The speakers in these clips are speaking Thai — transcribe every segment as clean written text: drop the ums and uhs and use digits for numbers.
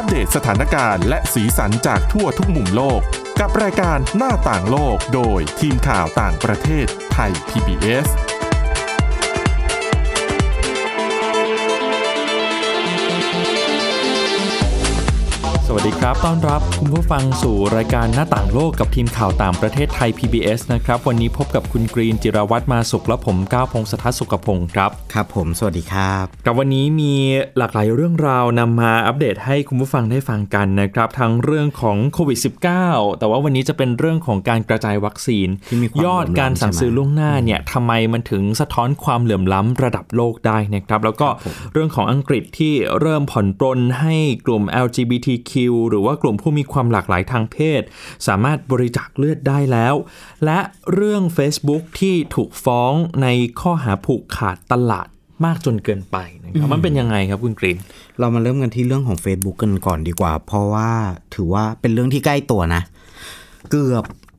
อัปเดตสถานการณ์และสีสันจากทั่วทุกมุมโลกกับรายการหน้าต่างโลกโดยทีมข่าวต่างประเทศไทย PBS สวัสดีครับต้อนรับคุณผู้ฟังสู่รายการหน้าต่างโลกกับทีมข่าวต่างประเทศไทย PBS นะครับวันนี้พบกับคุณกรีนจิรวัตรมาสุขและผมก้าวพงศธรสุขพงศ์ครับครับผมสวัสดีครับกับวันนี้มีหลากหลายเรื่องราวนำมาอัปเดตให้คุณผู้ฟังได้ฟังกันนะครับทั้งเรื่องของโควิด -19 แต่ว่าวันนี้จะเป็นเรื่องของการกระจายวัคซีนยอดการสั่งซื้อล่วงหน้าเนี่ยทำไมมันถึงสะท้อนความเหลื่อมล้ำระดับโลกได้นะครับแล้วก็เรื่องของอังกฤษที่เริ่มผ่อนปรนให้กลุ่ม LGBTQหรือว่ากลุ่มผู้มีความหลากหลายทางเพศสามารถบริจาคเลือดได้แล้วและเรื่อง Facebook ที่ถูกฟ้องในข้อหาผูกขาดตลาดมากจนเกินไปนะครับมันเป็นยังไงครับคุณกรีนเรามาเริ่มกันที่เรื่องของ Facebook กันก่อนดีกว่าเพราะว่าถือว่าเป็นเรื่องที่ใกล้ตัวนะเกือบ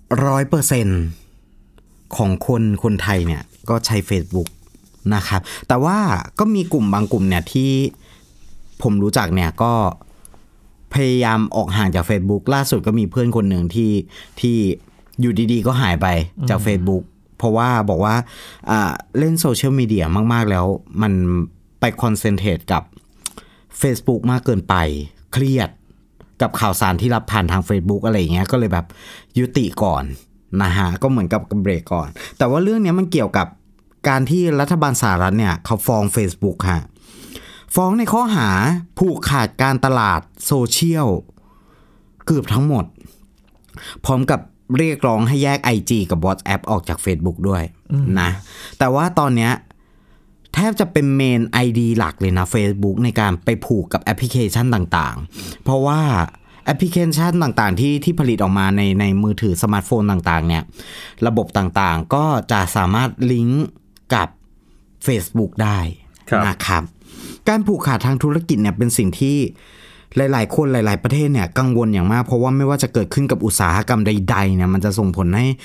100% ของคนไทยเนี่ยก็ใช้ Facebook นะครับแต่ว่าก็มีกลุ่มบางกลุ่มเนี่ยที่ผมรู้จักเนี่ยก็พยายามออกห่างจาก Facebook ล่าสุดก็มีเพื่อนคนหนึ่งที่อยู่ดีๆก็หายไปจาก Facebook เพราะว่าบอกว่าเล่นโซเชียลมีเดียมากๆแล้วมันไปคอนเซนเทรตกับ Facebook มากเกินไปเครียดกับข่าวสารที่รับผ่านทาง Facebook อะไรอย่างเงี้ยก็เลยแบบยุติก่อนนะฮะก็เหมือนกับเบรกก่อนแต่ว่าเรื่องนี้มันเกี่ยวกับการที่รัฐบาลสหรัฐเนี่ยเขาฟ้อง Facebook ฮะฟ้องในข้อหาผูกขาดการตลาดโซเชียลเกือบทั้งหมดพร้อมกับเรียกร้องให้แยก IG กับ WhatsApp ออกจาก Facebook ด้วยนะแต่ว่าตอนเนี้ยแทบจะเป็นเมน ID หลักเลยนะ Facebook ในการไปผูกกับแอปพลิเคชันต่างๆเพราะว่าแอปพลิเคชันต่างๆที่ผลิตออกมาในมือถือสมาร์ทโฟนต่างๆเนี่ยระบบต่างๆก็จะสามารถลิงก์กับ Facebook ได้นะครับการผูกขาดทางธุรกิจเนี่ยเป็นสิ่งที่หลายๆคนหลายๆประเทศเนี่ยกังวลอย่างมากเพราะว่าไม่ว่าจะเกิดขึ้นกับอุตสาหกรรมใดๆเนี่ยมันจะส่งผลให้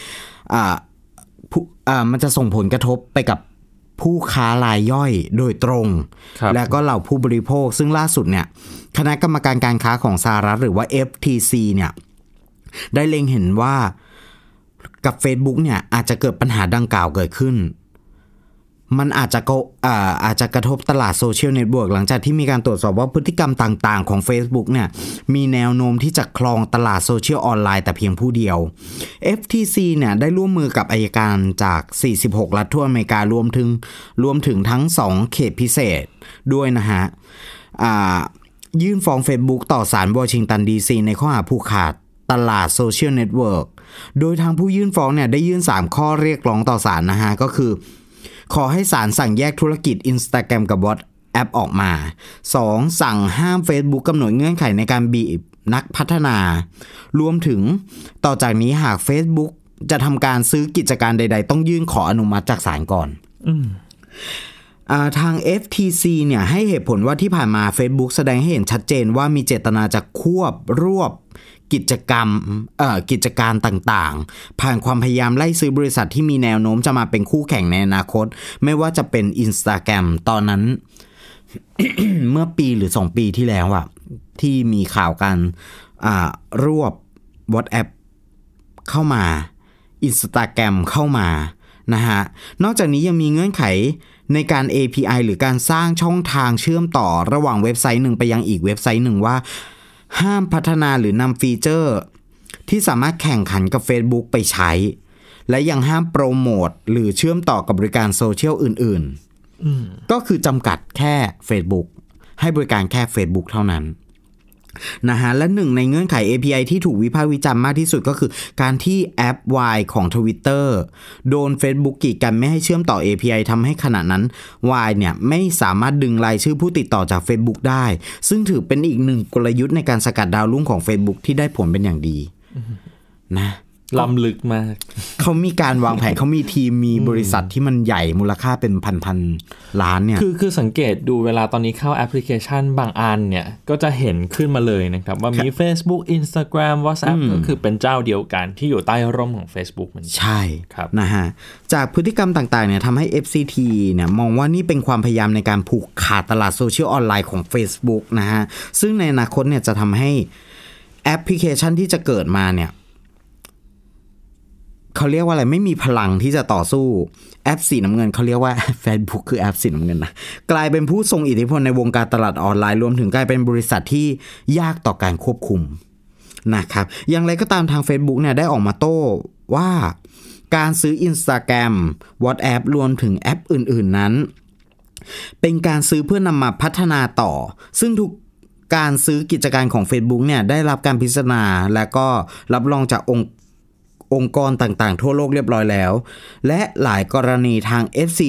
มันจะส่งผลกระทบไปกับผู้ค้ารายย่อยโดยตรงและก็เหล่าผู้บริโภคซึ่งล่าสุดเนี่ยคณะกรรมการการค้าของสหรัฐหรือว่า FTC เนี่ยได้เล็งเห็นว่ากับ Facebook เนี่ยอาจจะเกิดปัญหาดังกล่าวเกิดขึ้นมันอาจจะกระทบตลาดโซเชียลเน็ตเวิร์กหลังจากที่มีการตรวจสอบว่าพฤติกรรมต่างๆของ Facebook เนี่ยมีแนวโน้มที่จะครองตลาดโซเชียลออนไลน์แต่เพียงผู้เดียว FTC เนี่ยได้ร่วมมือกับอัยการจาก46รัฐทั่วอเมริการวมถึงทั้ง2เขตพิเศษด้วยนะฮะยื่นฟ้อง Facebook ต่อศาลวอชิงตันดีซีในข้อหาผูกขาดตลาดโซเชียลเน็ตเวิร์กโดยทางผู้ยื่นฟ้องเนี่ยได้ยื่น3ข้อเรียกร้องต่อศาลนะฮะก็คือขอให้ศาลสั่งแยกธุรกิจ Instagram กับ WhatsApp ออกมา 2. สั่งห้าม Facebook กำหนดเงื่อนไขในการบีบนักพัฒนารวมถึงต่อจากนี้หาก Facebook จะทำการซื้อกิจการใดๆต้องยื่นขออนุมัติจากศาลก่อนทาง FTC เนี่ยให้เหตุผลว่าที่ผ่านมา Facebook แสดงให้เห็นชัดเจนว่ามีเจตนาจะควบรวบกิจการต่างๆผ่านความพยายามไล่ซื้อบริษัทที่มีแนวโน้มจะมาเป็นคู่แข่งในอนาคตไม่ว่าจะเป็น Instagram ตอนนั้น เมื่อปีหรือ2ปีที่แล้วอ่ะที่มีข่าวการรวบ WhatsApp เข้ามา Instagram เข้ามานะฮะนอกจากนี้ยังมีเงื่อนไขในการ API หรือการสร้างช่องทางเชื่อมต่อระหว่างเว็บไซต์หนึ่งไปยังอีกเว็บไซต์หนึ่งว่าห้ามพัฒนาหรือนำฟีเจอร์ที่สามารถแข่งขันกับ Facebook ไปใช้และยังห้ามโปรโมทหรือเชื่อมต่อกับบริการโซเชียลอื่นๆก็คือจำกัดแค่ Facebook ให้บริการแค่ Facebook เท่านั้นนะฮะและหนึ่งในเงื่อนไข API ที่ถูกวิพากษ์วิจารณ์มากที่สุดก็คือการที่แอป Y ของ Twitter โดน Facebook กีดกันไม่ให้เชื่อมต่อ API ทำให้ขณะนั้น Y เนี่ยไม่สามารถดึงรายชื่อผู้ติดต่อจาก Facebook ได้ซึ่งถือเป็นอีกหนึ่งกลยุทธ์ในการสกัดดาวรุ่งของ Facebook ที่ได้ผลเป็นอย่างดีนะล้ำลึกมากเขามีการวางแผนเขามีทีมมีบริษัทที่มันใหญ่มูลค่าเป็นพันล้านเนี่ยคือสังเกตดูเวลาตอนนี้เข้าแอปพลิเคชันบางอันเนี่ยก็จะเห็นขึ้นมาเลยนะครับว่ามี Facebook Instagram WhatsApp ก็คือเป็นเจ้าเดียวกันที่อยู่ใต้ร่มของ Facebook มันใช่นะฮะจากพฤติกรรมต่างๆเนี่ยทำให้ FCT เนี่ยมองว่านี่เป็นความพยายามในการผูกขาดตลาดโซเชียลออนไลน์ของ Facebook นะฮะซึ่งในอนาคตเนี่ยจะทำให้แอปพลิเคชันที่จะเกิดมาเนี่ยเขาเรียกว่าอะไรไม่มีพลังที่จะต่อสู้แอปสีน้ำเงินเขาเรียกว่า Facebook คือแอปสีน้ำเงินนะกลายเป็นผู้ทรงอิทธิพลในวงการตลาดออนไลน์รวมถึงกลายเป็นบริษัทที่ยากต่อการควบคุมนะครับอย่างไรก็ตามทาง Facebook เนี่ยได้ออกมาโต้ว่าการซื้อ Instagram WhatsApp รวมถึงแอปอื่นๆนั้นเป็นการซื้อเพื่อนำมาพัฒนาต่อซึ่งทุกการซื้อกิจการของ Facebook เนี่ยได้รับการพิจารณาและก็รับรองจากองค์กรต่างๆทั่วโลกเรียบร้อยแล้วและหลายกรณีทาง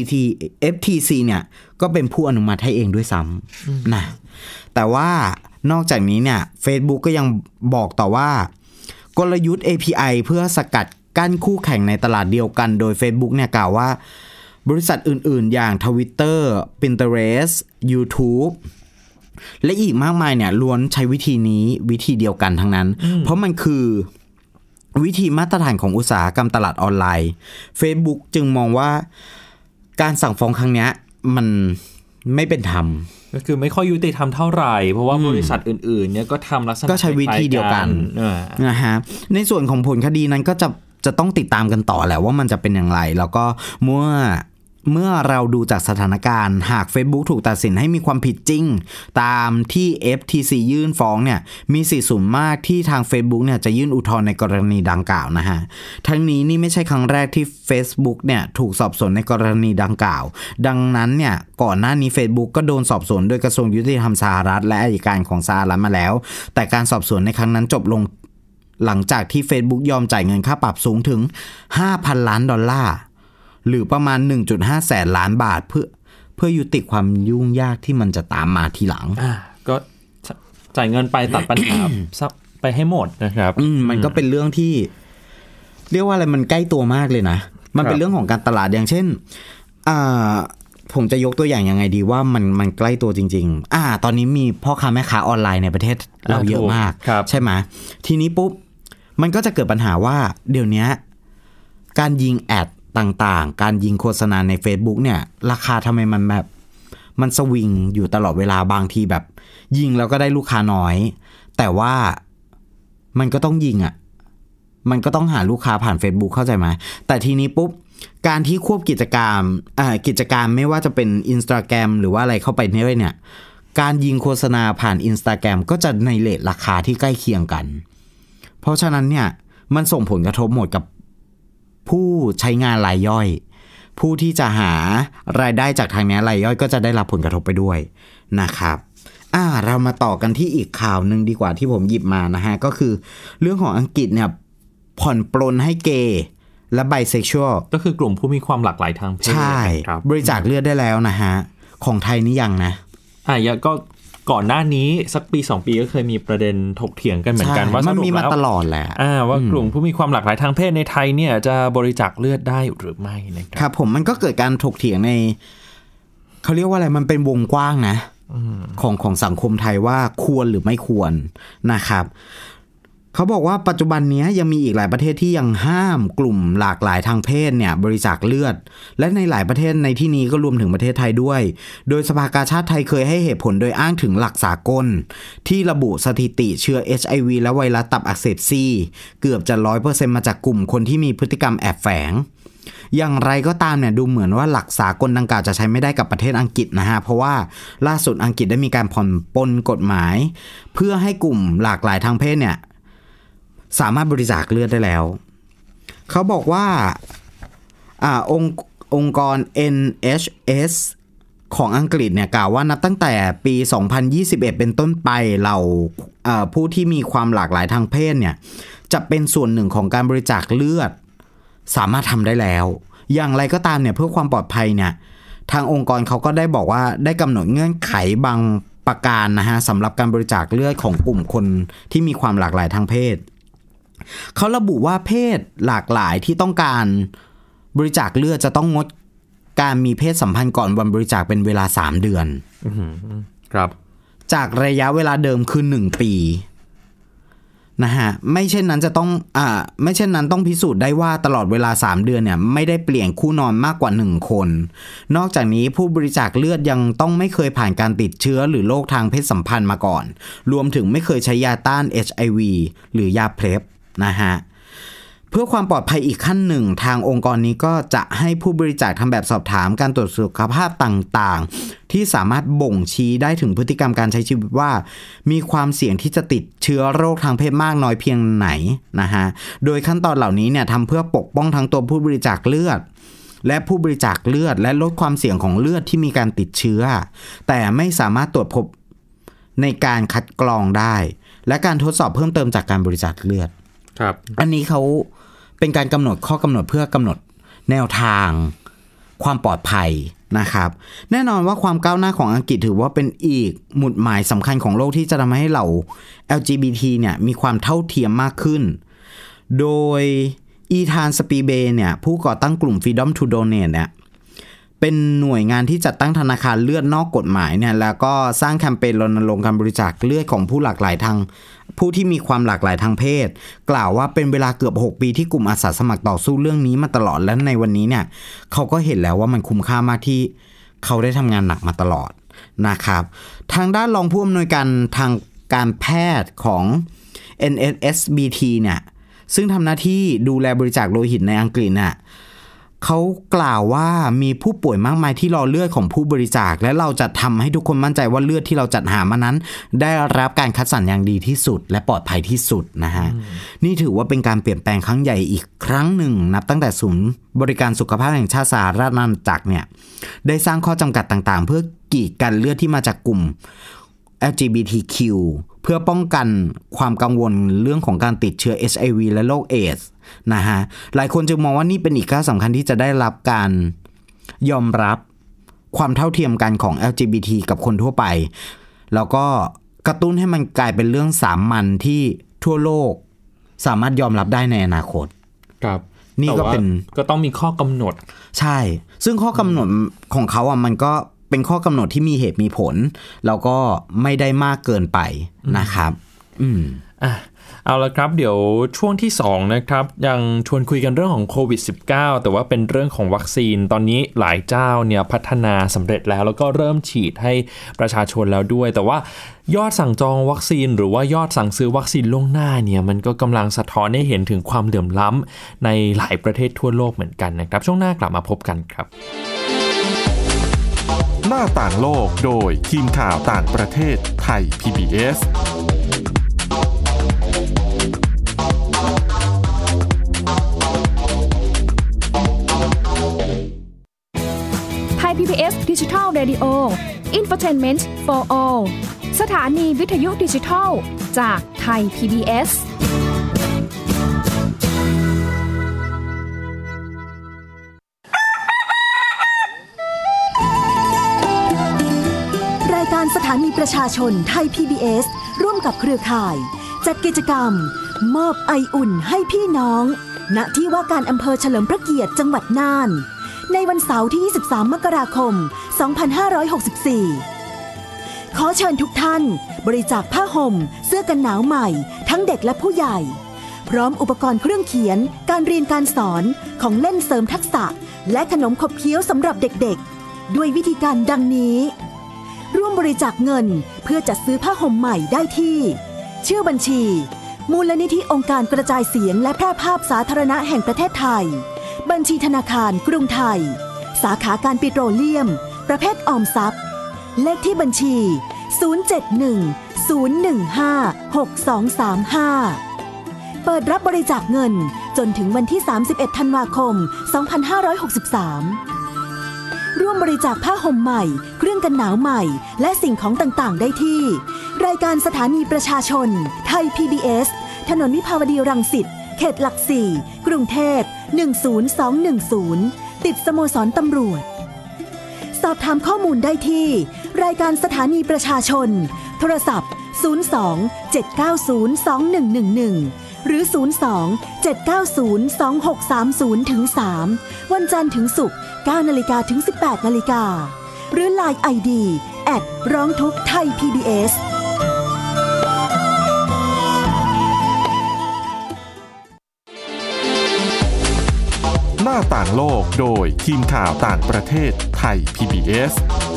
FTC เนี่ยก็เป็นผู้อนุมัติให้เองด้วยซ้ำนะแต่ว่านอกจากนี้เนี่ย Facebook ก็ยังบอกต่อว่ากลยุทธ์ API เพื่อสกัดกั้นคู่แข่งในตลาดเดียวกันโดย Facebook เนี่ยกล่าวว่าบริษัทอื่นๆอย่าง Twitter Pinterest YouTube และอีกมากมายเนี่ยล้วนใช้วิธีนี้วิธีเดียวกันทั้งนั้นเพราะมันคือวิธีมาตรฐานของอุตสาหกรรมตลาดออนไลน์ Facebook จึงมองว่าการสั่งฟ้องครั้งนี้มันไม่เป็นธรรมก็คือไม่ค่อยยุติธรรมเท่าไหร่เพราะว่าบริษัทอื่นๆเนี่ยก็ทำลักษณะก็ใช้วิธีเดียวกันนะฮะในส่วนของผลคดีนั้นก็จะต้องติดตามกันต่อแหละว่ามันจะเป็นอย่างไรแล้วก็เมื่อเราดูจากสถานการณ์หาก Facebook ถูกตัดสินให้มีความผิดจริงตามที่ FTC ยื่นฟ้องเนี่ยมีสิทธิสูงมากที่ทาง Facebook เนี่ยจะยื่นอุทธรณ์ในกรณีดังกล่าวนะฮะทั้งนี้นี่ไม่ใช่ครั้งแรกที่ Facebook เนี่ยถูกสอบสวนในกรณีดังกล่าวดังนั้นเนี่ยก่อนหน้านี้ Facebook ก็โดนสอบสวนโดยกระทรวงยุติธรรมสหรัฐและอัยการของสหรัฐมาแล้วแต่การสอบสวนในครั้งนั้นจบลงหลังจากที่ Facebook ยอมจ่ายเงินค่าปรับสูงถึง $5,000 ล้านหรือประมาณ 1.5 แสนล้านบาทเพื่อยุติความยุ่งยากที่มันจะตามมาทีหลังก็จ่ายเงินไปตัดปัญหา ไปให้หมดนะครับมันก็เป็นเรื่องที่เรียกว่าอะไรมันใกล้ตัวมากเลยนะมันเป็นเรื่องของการตลาดอย่างเช่นผมจะยกตัวอย่างยังไงดีว่ามันใกล้ตัวจริงๆตอนนี้มีพ่อค้าแม่ค้าออนไลน์ในประเทศเราเยอะมากใช่ไหมทีนี้ปุ๊บมันก็จะเกิดปัญหาว่าเดี๋ยวนี้การยิงแอดต่างๆการยิงโฆษณาใน Facebook เนี่ยราคาทำไมมันแบบมันสวิงอยู่ตลอดเวลาบางทีแบบยิงแล้วก็ได้ลูกค้าน้อยแต่ว่ามันก็ต้องยิงมันก็ต้องหาลูกค้าผ่าน Facebook เข้าใจไหมแต่ทีนี้ปุ๊บการที่ควบกิจการไม่ว่าจะเป็น Instagram หรือว่าอะไรเข้าไปเนี่ยการยิงโฆษณาผ่าน Instagram ก็จะในเรทราคาที่ใกล้เคียงกันเพราะฉะนั้นเนี่ยมันส่งผลกระทบหมดกับผู้ใช้งานรายย่อยผู้ที่จะหารายได้จากทางนี้รายย่อยก็จะได้รับผลกระทบไปด้วยนะครับเรามาต่อกันที่อีกข่าวนึงดีกว่าที่ผมหยิบมานะฮะก็คือเรื่องของอังกฤษเนี่ยผ่อนปรนให้เกย์และไบเซ็กชวลก็คือกลุ่มผู้มีความหลากหลายทางเพศใช่บริจาคเลือดได้แล้วนะฮะของไทยนี่ยังนะก็ก่อนหน้านี้สักปี2ปีก็เคยมีประเด็นถกเถียงกันเหมือนกันว่ามันมีมาตลอดแหละว่ากลุ่มผู้มีความหลากหลายทางเพศในไทยเนี่ยจะบริจาคเลือดได้หรือไม่นะครับผมมันก็เกิดการถกเถียงในเขาเรียกว่าอะไรมันเป็นวงกว้างนะของสังคมไทยว่าควรหรือไม่ควรนะครับเขาบอกว่าปัจจุบันนี้ยังมีอีกหลายประเทศที่ยังห้ามกลุ่มหลากหลายทางเพศเนี่ยบริจาคเลือดและในหลายประเทศในที่นี้ก็รวมถึงประเทศไทยด้วยโดยสภากาชาดไทยเคยให้เหตุผลโดยอ้างถึงหลักสากลที่ระบุสถิติเชื้อ HIV และไวรัสตับอักเสบซีเกือบจะ 100% มาจากกลุ่มคนที่มีพฤติกรรมแอบแฝงอย่างไรก็ตามเนี่ยดูเหมือนว่าหลักสากลดังกล่าวจะใช้ไม่ได้กับประเทศอังกฤษนะฮะเพราะว่าล่าสุดอังกฤษได้มีการผ่อนปลนกฎหมายเพื่อให้กลุ่มหลากหลายทางเพศเนี่ยสามารถบริจาคเลือดได้แล้วเขาบอกว่าองค์กร NHS ของอังกฤษเนี่ยกล่าวว่านับตั้งแต่ปี 2021 เป็นต้นไปเราผู้ที่มีความหลากหลายทางเพศเนี่ยจะเป็นส่วนหนึ่งของการบริจาคเลือดสามารถทำได้แล้วอย่างไรก็ตามเนี่ยเพื่อความปลอดภัยเนี่ยทางองค์กรเขาก็ได้บอกว่าได้กำหนดเงื่อนไขบางประการนะฮะสำหรับการบริจาคเลือดของกลุ่มคนที่มีความหลากหลายทางเพศเขาระบุว่าเพศหลากหลายที่ต้องการบริจาคเลือดจะต้องงดการมีเพศสัมพันธ์ก่อนวันบริจาคเป็นเวลา3 เดือนครับจากระยะเวลาเดิมคือ1 ปีนะฮะไม่เช่นนั้นต้องพิสูจน์ได้ว่าตลอดเวลา3 เดือนเนี่ยไม่ได้เปลี่ยนคู่นอนมากกว่า1 คนนอกจากนี้ผู้บริจาคเลือดยังต้องไม่เคยผ่านการติดเชื้อหรือโรคทางเพศสัมพันธ์มาก่อนรวมถึงไม่เคยใช้ยาต้าน HIV หรือยาเพลฟนะฮะเพื่อความปลอดภัยอีกขั้นหนึ่งทางองค์กรนี้ก็จะให้ผู้บริจาคทำแบบสอบถามการตรวจสุขภาพต่างๆที่สามารถบ่งชี้ได้ถึงพฤติกรรมการใช้ชีวิตว่ามีความเสี่ยงที่จะติดเชื้อโรคทางเพศมากน้อยเพียงไหนนะฮะโดยขั้นตอนเหล่านี้เนี่ยทำเพื่อปกป้องทั้งตัวผู้บริจาคเลือดและผู้บริจาคเลือดและลดความเสี่ยงของเลือดที่มีการติดเชื้อแต่ไม่สามารถตรวจพบในการคัดกรองได้และการทดสอบเพิ่มเติมจากการบริจาคเลือดครับอันนี้เขาเป็นการกำหนดข้อกำหนดเพื่อกำหนดแนวทางความปลอดภัยนะครับแน่นอนว่าความก้าวหน้าของอังกฤษถือว่าเป็นอีกหมุดหมายสำคัญของโลกที่จะทำให้เหล่า LGBT เนี่ยมีความเท่าเทียมมากขึ้นโดยอีธานสปีเบย์เนี่ยผู้ก่อตั้งกลุ่ม Freedom to Donate เนี่ยเป็นหน่วยงานที่จัดตั้งธนาคารเลือดนอกกฎหมายเนี่ยแล้วก็สร้างแคมเปญรณรงค์การบริจาคเลือดของผู้ที่มีความหลากหลายทางเพศกล่าวว่าเป็นเวลาเกือบ6 ปีที่กลุ่มอาสาสมัครต่อสู้เรื่องนี้มาตลอดและในวันนี้เนี่ยเขาก็เห็นแล้วว่ามันคุ้มค่ามากที่เขาได้ทำงานหนักมาตลอดนะครับทางด้านรองผู้อำนวยการทางการแพทย์ของ NSSBT เนี่ยซึ่งทำหน้าที่ดูแลบริจาคโลหิตในอังกฤษน่ะเขากล่าวว่ามีผู้ป่วยมากมายที่รอเลือดของผู้บริจาคและเราจะทำให้ทุกคนมั่นใจว่าเลือดที่เราจัดหามานั้นได้รับการคัดสรรอย่างดีที่สุดและปลอดภัยที่สุดนะฮะนี่ถือว่าเป็นการเปลี่ยนแปลงครั้งใหญ่อีกครั้งหนึ่งนับตั้งแต่ศูนย์บริการสุขภาพแห่งชาติสหราชอาณาจักรเนี่ยได้สร้างข้อจำกัดต่างๆเพื่อกีดกันเลือดที่มาจากกลุ่ม LGBTQ เพื่อป้องกันความกังวลเรื่องของการติดเชื้อ HIV และโรคเอดส์นะฮะหลายคนจึงมองว่านี่เป็นอีกก้าวสำคัญที่จะได้รับการยอมรับความเท่าเทียมกันของ LGBT กับคนทั่วไปแล้วก็กระตุ้นให้มันกลายเป็นเรื่องสามัญที่ทั่วโลกสามารถยอมรับได้ในอนาคตครับนี่ก็เป็นก็ต้องมีข้อกำหนดใช่ซึ่งข้อกำหนดของเขาอ่ะมันก็เป็นข้อกำหนดที่มีเหตุมีผลแล้วก็ไม่ได้มากเกินไปนะครับเอาละครับเดี๋ยวช่วงที่2นะครับยังชวนคุยกันเรื่องของโควิด -19 แต่ว่าเป็นเรื่องของวัคซีนตอนนี้หลายเจ้าเนี่ยพัฒนาสำเร็จแล้วก็เริ่มฉีดให้ประชาชนแล้วด้วยแต่ว่ายอดสั่งจองวัคซีนหรือว่ายอดสั่งซื้อวัคซีนล่วงหน้าเนี่ยมันก็กำลังสะท้อนให้เห็นถึงความเหลื่อมล้ำในหลายประเทศทั่วโลกเหมือนกันนะครับช่วงหน้ากลับมาพบกันครับหน้าต่างโลกโดยทีมข่าวต่างประเทศไทย PBS ไทย PBS Digital Radio Infotainment for All สถานีวิทยุดิจิทัลจากไทย PBS รายการสถานีประชาชนไทย PBS ร่วมกับเครือข่ายจัดกิจกรรมมอบไออุ่นให้พี่น้องณที่ว่าการอำเภอเฉลิมพระเกียรติจังหวัดน่านในวันเสาร์ที่23มกราคม2564ขอเชิญทุกท่านบริจาคผ้าห่มเสื้อกันหนาวใหม่ทั้งเด็กและผู้ใหญ่พร้อมอุปกรณ์เครื่องเขียนการเรียนการสอนของเล่นเสริมทักษะและขนมขบเคี้ยวสำหรับเด็กๆด้วยวิธีการดังนี้ร่วมบริจาคเงินเพื่อจัดซื้อผ้าห่มใหม่ได้ที่ชื่อบัญชีมูลนิธิองค์การกระจายเสียงและแพร่ภาพสาธารณะแห่งประเทศไทยบัญชีธนาคารกรุงไทยสาขาการปิโตรเลียมประเภทออมทรัพย์เลขที่บัญชี 071-015-6235 เปิดรับบริจาคเงินจนถึงวันที่31ธันวาคม2563ร่วมบริจาคผ้าห่มใหม่เครื่องกันหนาวใหม่และสิ่งของต่างๆได้ที่รายการสถานีประชาชนไทย PBS ถนนวิภาวดีรังสิตเขตหลัก4กรุงเทพ10210ติดสโมสรตำรวจสอบถามข้อมูลได้ที่รายการสถานีประชาชนโทรศัพท์02 790 2111 หรือ 02-790-2630 ถึง 3 วันจันทร์ถึงศุกร์ 9 นาฬิกาถึง 18 นาฬิกา หรือ LINE ID @ร้องทุกข์ไทย PBS หน้าต่างโลกโดยทีมข่าวต่างประเทศไทย PBS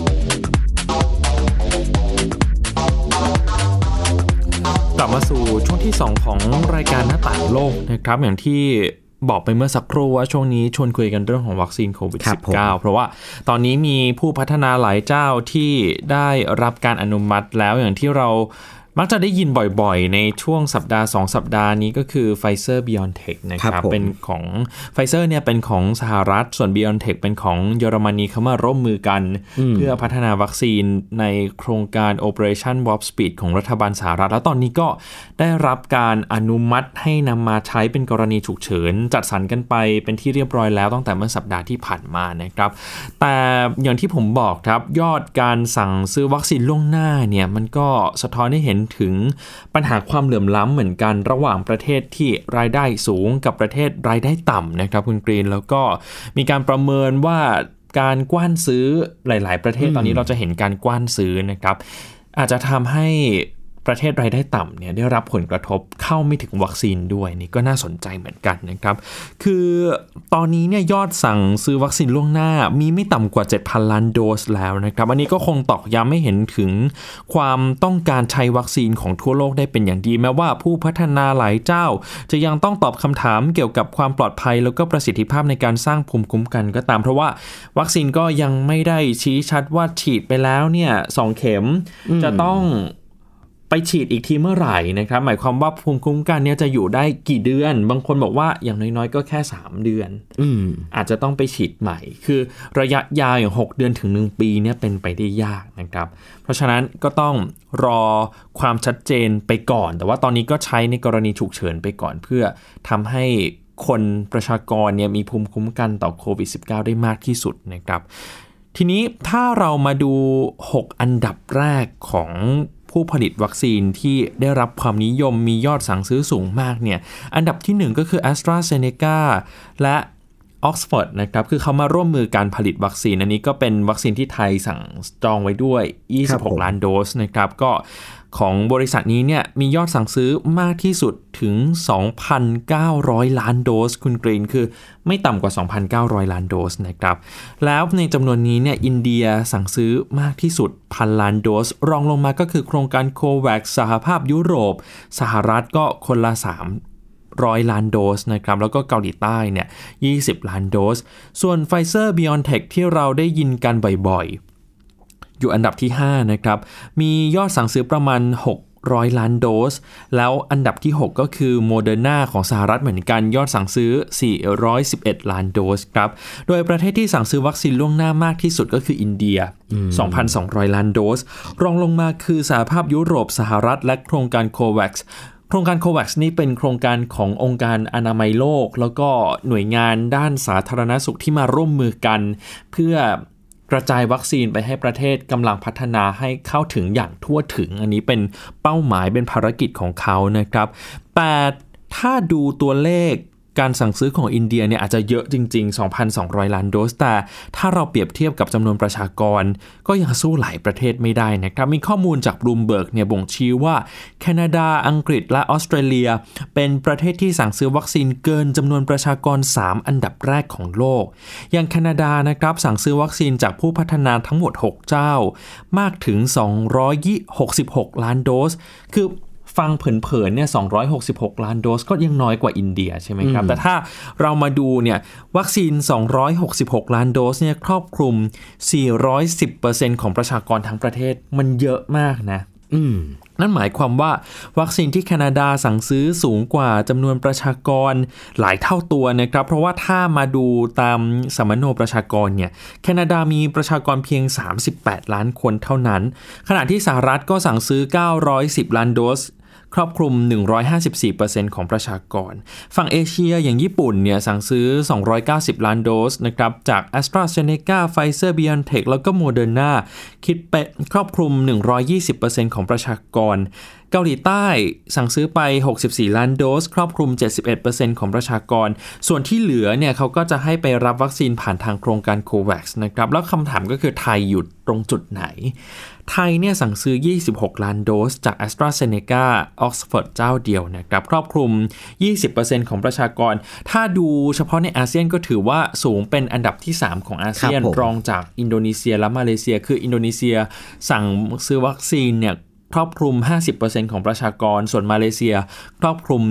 กลับมาสู่ช่วงที่2ของรายการหน้าต่างโลกนะครับอย่างที่บอกไปเมื่อสักครู่ว่าช่วงนี้ชวนคุยกันเรื่องของวัคซีนโควิด -19 เพราะว่าตอนนี้มีผู้พัฒนาหลายเจ้าที่ได้รับการอนุมัติแล้วอย่างที่เรามักจะได้ยินบ่อยๆในช่วงสัปดาห์2สัปดาห์นี้ก็คือ Pfizer-BioNTech นะครับเป็นของ Pfizer เนี่ยเป็นของสหรัฐส่วน BioNTech เป็นของเยอรมนีเขามาร่วมมือกันเพื่อพัฒนาวัคซีนในโครงการ Operation Warp Speed ของรัฐบาลสหรัฐแล้วตอนนี้ก็ได้รับการอนุมัติให้นำมาใช้เป็นกรณีฉุกเฉินจัดสรรกันไปเป็นที่เรียบร้อยแล้วตั้งแต่เมื่อสัปดาห์ที่ผ่านมานะครับแต่อย่างที่ผมบอกครับยอดการสั่งซื้อวัคซีนล่วงหน้าเนี่ยมันก็สะท้อนให้เห็นถึงปัญหาความเหลื่อมล้ำเหมือนกันระหว่างประเทศที่รายได้สูงกับประเทศรายได้ต่ำนะครับคุณกรีนแล้วก็มีการประเมินว่าการกว้านซื้อหลายๆประเทศตอนนี้เราจะเห็นการกว้านซื้อนะครับอาจจะทำให้ประเทศรายได้ต่ำเนี่ยได้รับผลกระทบเข้าไม่ถึงวัคซีนด้วยนี่ก็น่าสนใจเหมือนกันนะครับคือตอนนี้เนี่ยยอดสั่งซื้อวัคซีนล่วงหน้ามีไม่ต่ำกว่า 7,000 ล้านโดสแล้วนะครับอันนี้ก็คงตอกย้ำให้เห็นถึงความต้องการใช้วัคซีนของทั่วโลกได้เป็นอย่างดีแม้ว่าผู้พัฒนาหลายเจ้าจะยังต้องตอบคำถามเกี่ยวกับความปลอดภัยแล้วก็ประสิทธิภาพในการสร้างภูมิคุ้มกันก็ตามเพราะว่าวัคซีนก็ยังไม่ได้ชี้ชัดว่าฉีดไปแล้วเนี่ย2เข็มจะต้องไปฉีดอีกทีเมื่อไหร่นะครับหมายความว่าภูมิคุ้มกันเนี่ยจะอยู่ได้กี่เดือนบางคนบอกว่าอย่างน้อยๆก็แค่3เดือนอาจจะต้องไปฉีดใหม่คือระยะยาวอย่าง6เดือนถึง1ปีเนี่ยเป็นไปได้ยากนะครับเพราะฉะนั้นก็ต้องรอความชัดเจนไปก่อนแต่ว่าตอนนี้ก็ใช้ในกรณีฉุกเฉินไปก่อนเพื่อทำให้คนประชากรเนี่ยมีภูมิคุ้มกันต่อโควิด -19 ได้มากที่สุดนะครับทีนี้ถ้าเรามาดู6อันดับแรกของผู้ผลิตวัคซีนที่ได้รับความนิยมมียอดสั่งซื้อสูงมากเนี่ยอันดับที่1ก็คือ AstraZeneca และ Oxford นะครับคือเขามาร่วมมือการผลิตวัคซีนอันนี้ก็เป็นวัคซีนที่ไทยสั่งจองไว้ด้วย26ล้านโดสนะครับก็ของบริษัทนี้เนี่ยมียอดสั่งซื้อมากที่สุดถึง 2,900 ล้านโดสคุณกรีนคือไม่ต่ำกว่า 2,900 ล้านโดสนะครับแล้วในจำนวนนี้เนี่ยอินเดียสั่งซื้อมากที่สุด 1,000 ล้านโดสรองลงมาก็คือโครงการโคแว็กซ์สหภาพยุโรปสหรัฐก็คนละ300 ล้านโดสนะครับแล้วก็เกาหลีใต้เนี่ย20 ล้านโดสส่วน Pfizer-BioNTech ที่เราได้ยินกันบ่อยๆอยู่อันดับที่5นะครับมียอดสั่งซื้อประมาณ600ล้านโดสแล้วอันดับที่6ก็คือ Moderna ของสหรัฐเหมือนกันยอดสั่งซื้อ411ล้านโดสครับโดยประเทศที่สั่งซื้อวัคซีนล่วงหน้ามากที่สุดก็คืออินเดีย 2,200 ล้านโดสรองลงมาคือสหภาพยุโรปสหรัฐและโครงการโคแว็กซ์โครงการโคแว็กซ์นี่เป็นโครงการขององค์การอนามัยโลกแล้วก็หน่วยงานด้านสาธารณสุขที่มาร่วมมือกันเพื่อกระจายวัคซีนไปให้ประเทศกำลังพัฒนาให้เข้าถึงอย่างทั่วถึงอันนี้เป็นเป้าหมายเป็นภารกิจของเขานะครับแต่ถ้าดูตัวเลขการสั่งซื้อของอินเดียเนี่ยอาจจะเยอะจริงๆ 2,200 ล้านโดสแต่ถ้าเราเปรียบเทียบกับจำนวนประชากรก็ยังสู้หลายประเทศไม่ได้นะครับมีข้อมูลจาก Bloomberg เนี่ยบ่งชี้ว่าแคนาดาอังกฤษและออสเตรเลียเป็นประเทศที่สั่งซื้อวัคซีนเกินจำนวนประชากร3อันดับแรกของโลกอย่างแคนาดานะครับสั่งซื้อวัคซีนจากผู้พัฒนาทั้งหมด6เจ้ามากถึง266ล้านโดสคือฟังเผินๆเนี่ย266ล้านโดสก็ยังน้อยกว่าอินเดียใช่ไหมครับแต่ถ้าเรามาดูเนี่ยวัคซีน266ล้านโดสเนี่ยครอบคลุม 410% ของประชากรทั้งประเทศมันเยอะมากนะนั่นหมายความว่าวัคซีนที่แคนาดาสั่งซื้อสูงกว่าจำนวนประชากรหลายเท่าตัวนะครับเพราะว่าถ้ามาดูตามสมโนประชากรเนี่ยแคนาดามีประชากรเพียง38ล้านคนเท่านั้นขณะที่สหรัฐก็สั่งซื้อ910ล้านโดสครอบคลุม 154% ของประชากรฝั่งเอเชียอย่างญี่ปุ่นเนี่ยสั่งซื้อ290ล้านโดสนะครับจาก AstraZeneca Pfizer-BioNTech แล้วก็ Moderna คิดเป็นครอบคลุม 120% ของประชากรเกาหลีใต้สั่งซื้อไป64ล้านโดสครอบคลุม 71% ของประชากรส่วนที่เหลือเนี่ยเขาก็จะให้ไปรับวัคซีนผ่านทางโครงการ COVAX นะครับแล้วคำถามก็คือไทยอยู่ตรงจุดไหนไทยเนี่ยสั่งซื้อ26ล้านโดสจาก AstraZeneca Oxford เจ้าเดียวนะครับครอบคลุม 20% ของประชากรถ้าดูเฉพาะในอาเซียนก็ถือว่าสูงเป็นอันดับที่3ของอาเซียนรองจากอินโดนีเซียและมาเลเซียคืออินโดนีเซียสั่งซื้อวัคซีนเนี่ยครอบคลุม 50% ของประชากรส่วนมาเลเซียครอบคลุม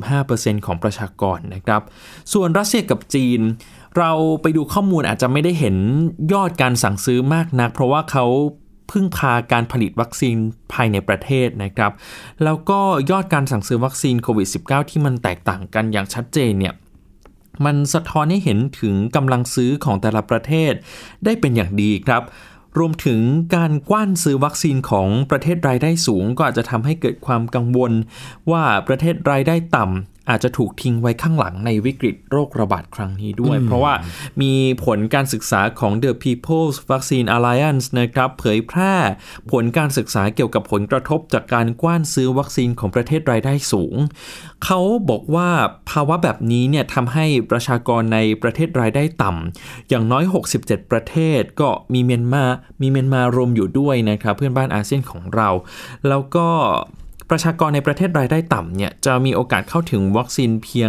25% ของประชากรนะครับส่วนรัสเซียกับจีนเราไปดูข้อมูลอาจจะไม่ได้เห็นยอดการสั่งซื้อมากนักเพราะว่าเขาพึ่งพาการผลิตวัคซีนภายในประเทศนะครับแล้วก็ยอดการสั่งซื้อวัคซีนโควิด -19 ที่มันแตกต่างกันอย่างชัดเจนเนี่ยมันสะท้อนให้เห็นถึงกำลังซื้อของแต่ละประเทศได้เป็นอย่างดีครับรวมถึงการกว้านซื้อวัคซีนของประเทศรายได้สูงก็อาจจะทำให้เกิดความกังวลว่าประเทศรายได้ต่ำอาจจะถูกทิ้งไว้ข้างหลังในวิกฤตโรคระบาดครั้งนี้ด้วยเพราะว่ามีผลการศึกษาของ The People's Vaccine Alliance นะครับเผยแพร่ผลการศึกษาเกี่ยวกับผลกระทบจากการกว้านซื้อวัคซีนของประเทศรายได้สูงเขาบอกว่าภาวะแบบนี้เนี่ยทำให้ประชากรในประเทศรายได้ต่ำอย่างน้อย67ประเทศก็มีเมียนมารวมอยู่ด้วยนะครับเพื่อนบ้านอาเซียนของเราแล้วก็ประชากรในประเทศรายได้ต่ำเนี่ยจะมีโอกาสเข้าถึงวัคซีนเพียง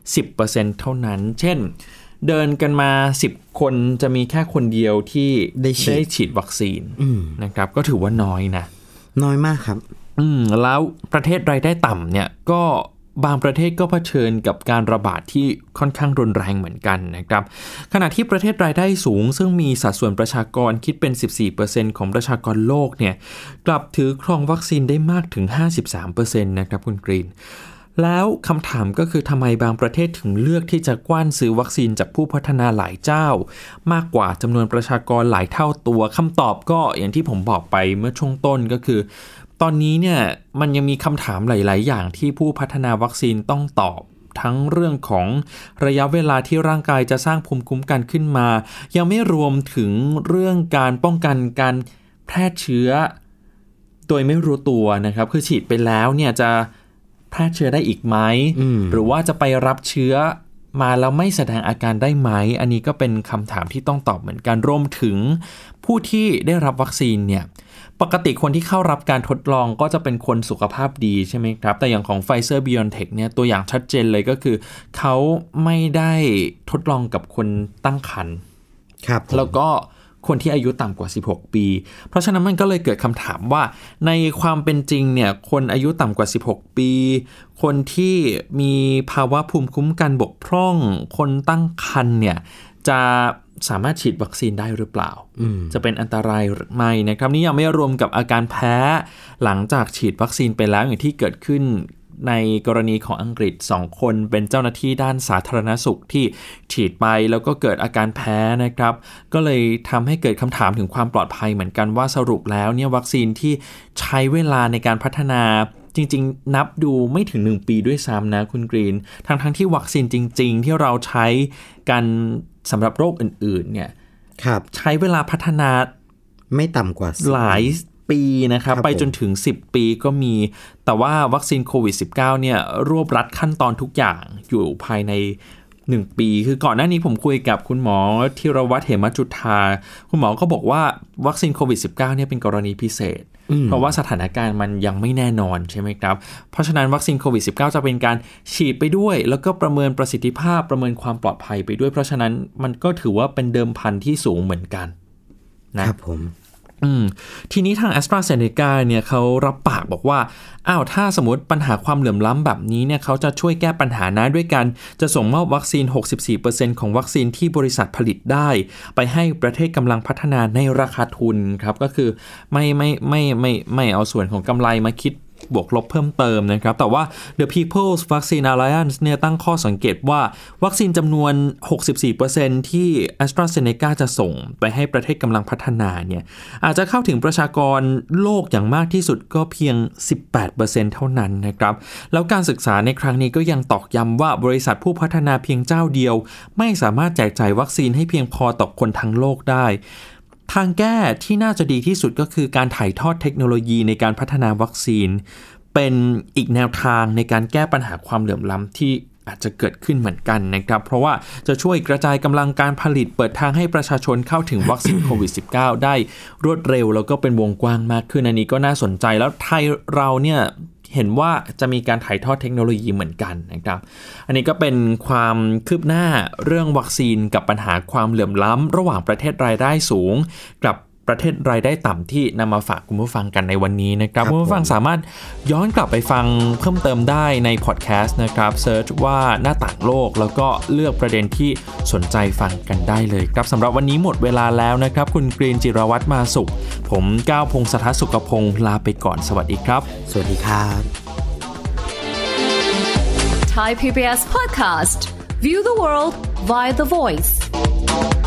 10% เท่านั้นเช่นเดินกันมา10คนจะมีแค่คนเดียวที่ได้ฉีดวัคซีนนะครับก็ถือว่าน้อยนะน้อยมากครับแล้วประเทศรายได้ต่ำเนี่ยก็บางประเทศก็เผชิญกับการระบาดที่ค่อนข้างรุนแรงเหมือนกันนะครับขณะที่ประเทศรายได้สูงซึ่งมีสัดส่วนประชากรคิดเป็น 14% ของประชากรโลกเนี่ยกลับถือครองวัคซีนได้มากถึง 53% นะครับคุณกรีนแล้วคำถามก็คือทำไมบางประเทศถึงเลือกที่จะกว้านซื้อวัคซีนจากผู้พัฒนาหลายเจ้ามากกว่าจำนวนประชากรหลายเท่าตัวคำตอบก็อย่างที่ผมบอกไปเมื่อช่วงต้นก็คือตอนนี้เนี่ยมันยังมีคำถามหลายๆอย่างที่ผู้พัฒนาวัคซีนต้องตอบทั้งเรื่องของระยะเวลาที่ร่างกายจะสร้างภูมิคุ้มกันขึ้นมายังไม่รวมถึงเรื่องการป้องกันการแพร่เชื้อโดยไม่รู้ตัวนะครับคือฉีดไปแล้วเนี่ยจะแพร่เชื้อได้อีกไหมหรือว่าจะไปรับเชื้อมาแล้วไม่แสดงอาการได้ไหมอันนี้ก็เป็นคำถามที่ต้องตอบเหมือนกันรวมถึงผู้ที่ได้รับวัคซีนเนี่ยปกติคนที่เข้ารับการทดลองก็จะเป็นคนสุขภาพดีใช่ไหมครับแต่อย่างของ Pfizer-BioNTech เนี่ยตัวอย่างชัดเจนเลยก็คือเขาไม่ได้ทดลองกับคนตั้งครรภ์ครับแล้วก็คนที่อายุต่ำกว่า16ปีเพราะฉะนั้นมันก็เลยเกิดคำถามว่าในความเป็นจริงเนี่ยคนอายุต่ำกว่า16ปีคนที่มีภาวะภูมิคุ้มกันบกพร่องคนตั้งครรภ์เนี่ยจะสามารถฉีดวัคซีนได้หรือเปล่าจะเป็นอันตรายหรือไม่นะครับนี่ยังไม่รวมกับอาการแพ้หลังจากฉีดวัคซีนไปแล้วอย่างที่เกิดขึ้นในกรณีของอังกฤษ2คนเป็นเจ้าหน้าที่ด้านสาธารณสุขที่ฉีดไปแล้วก็เกิดอาการแพ้นะครับก็เลยทำให้เกิดคำถามถึงความปลอดภัยเหมือนกันว่าสรุปแล้วเนี่ยวัคซีนที่ใช้เวลาในการพัฒนาจริงๆนับดูไม่ถึง1ปีด้วยซ้ำนะคุณกรีนทั้งที่วัคซีนจริงๆที่เราใช้กันสำหรับโรคอื่นๆเนี่ยใช้เวลาพัฒนาไม่ต่ำกว่าหลายปีนะครับไปจนถึง10ปีก็มีแต่ว่าวัคซีนโควิด -19 เนี่ยรวบรัดขั้นตอนทุกอย่างอยู่ภายใน1ปีคือก่อนหน้านี้ผมคุยกับคุณหมอธีรวัฒน์เหมจุฑาคุณหมอก็บอกว่าวัคซีนโควิด -19 เนี่ยเป็นกรณีพิเศษเพราะว่าสถานการณ์มันยังไม่แน่นอนใช่ไหมครับเพราะฉะนั้นวัคซีนโควิด -19 จะเป็นการฉีดไปด้วยแล้วก็ประเมินประสิทธิภาพประเมินความปลอดภัยไปด้วยเพราะฉะนั้นมันก็ถือว่าเป็นเดิมพันที่สูงเหมือนกันนะครับผมทีนี้ทาง AstraZeneca เนี่ยเขารับปากบอกว่าถ้าสมมติปัญหาความเหลื่อมล้ำแบบนี้เนี่ยเขาจะช่วยแก้ปัญหานะด้วยกันจะส่งมอบวัคซีน 64% ของวัคซีนที่บริษัทผลิตได้ไปให้ประเทศกำลังพัฒนาในราคาทุนครับก็คือไม่เอาส่วนของกำไรมาคิดบวกลบเพิ่มเติมนะครับแต่ว่า The People's Vaccine Alliance เนี่ยตั้งข้อสังเกตว่าวัคซีนจำนวน 64% ที่ AstraZeneca จะส่งไปให้ประเทศกำลังพัฒนาเนี่ยอาจจะเข้าถึงประชากรโลกอย่างมากที่สุดก็เพียง 18% เท่านั้นนะครับแล้วการศึกษาในครั้งนี้ก็ยังตอกย้ำว่าบริษัทผู้พัฒนาเพียงเจ้าเดียวไม่สามารถแจกจ่ายวัคซีนให้เพียงพอต่อคนทั้งโลกได้ทางแก้ที่น่าจะดีที่สุดก็คือการถ่ายทอดเทคโนโลยีในการพัฒนาวัคซีนเป็นอีกแนวทางในการแก้ปัญหาความเหลื่อมล้ำที่อาจจะเกิดขึ้นเหมือนกันนะครับเพราะว่าจะช่วยกระจายกำลังการผลิตเปิดทางให้ประชาชนเข้าถึงวัคซีน โควิด -19 ได้รวดเร็วแล้วก็เป็นวงกว้างมากขึ้นอันนี้ก็น่าสนใจแล้วไทยเราเนี่ยเห็นว่าจะมีการถ่ายทอดเทคโนโลยีเหมือนกันนะครับอันนี้ก็เป็นความคืบหน้าเรื่องวัคซีนกับปัญหาความเหลื่อมล้ำระหว่างประเทศรายได้สูงกับประเทศรายได้ต่ำที่นำมาฝากคุณผู้ฟังกันในวันนี้นะครับคุณผู้ฟังสามารถย้อนกลับไปฟังเพิ่มเติมได้ในพอดแคสต์นะครับเซิร์ชว่าหน้าต่างโลกแล้วก็เลือกประเด็นที่สนใจฟังกันได้เลยครับสำหรับวันนี้หมดเวลาแล้วนะครับคุณกรีนจิรวัฒน์มาสุขผมก้าวพงษ์สทัศน์สุขพงษ์ลาไปก่อนสวัสดีครับสวัสดีครับ Thai PBS Podcast View the world via the voice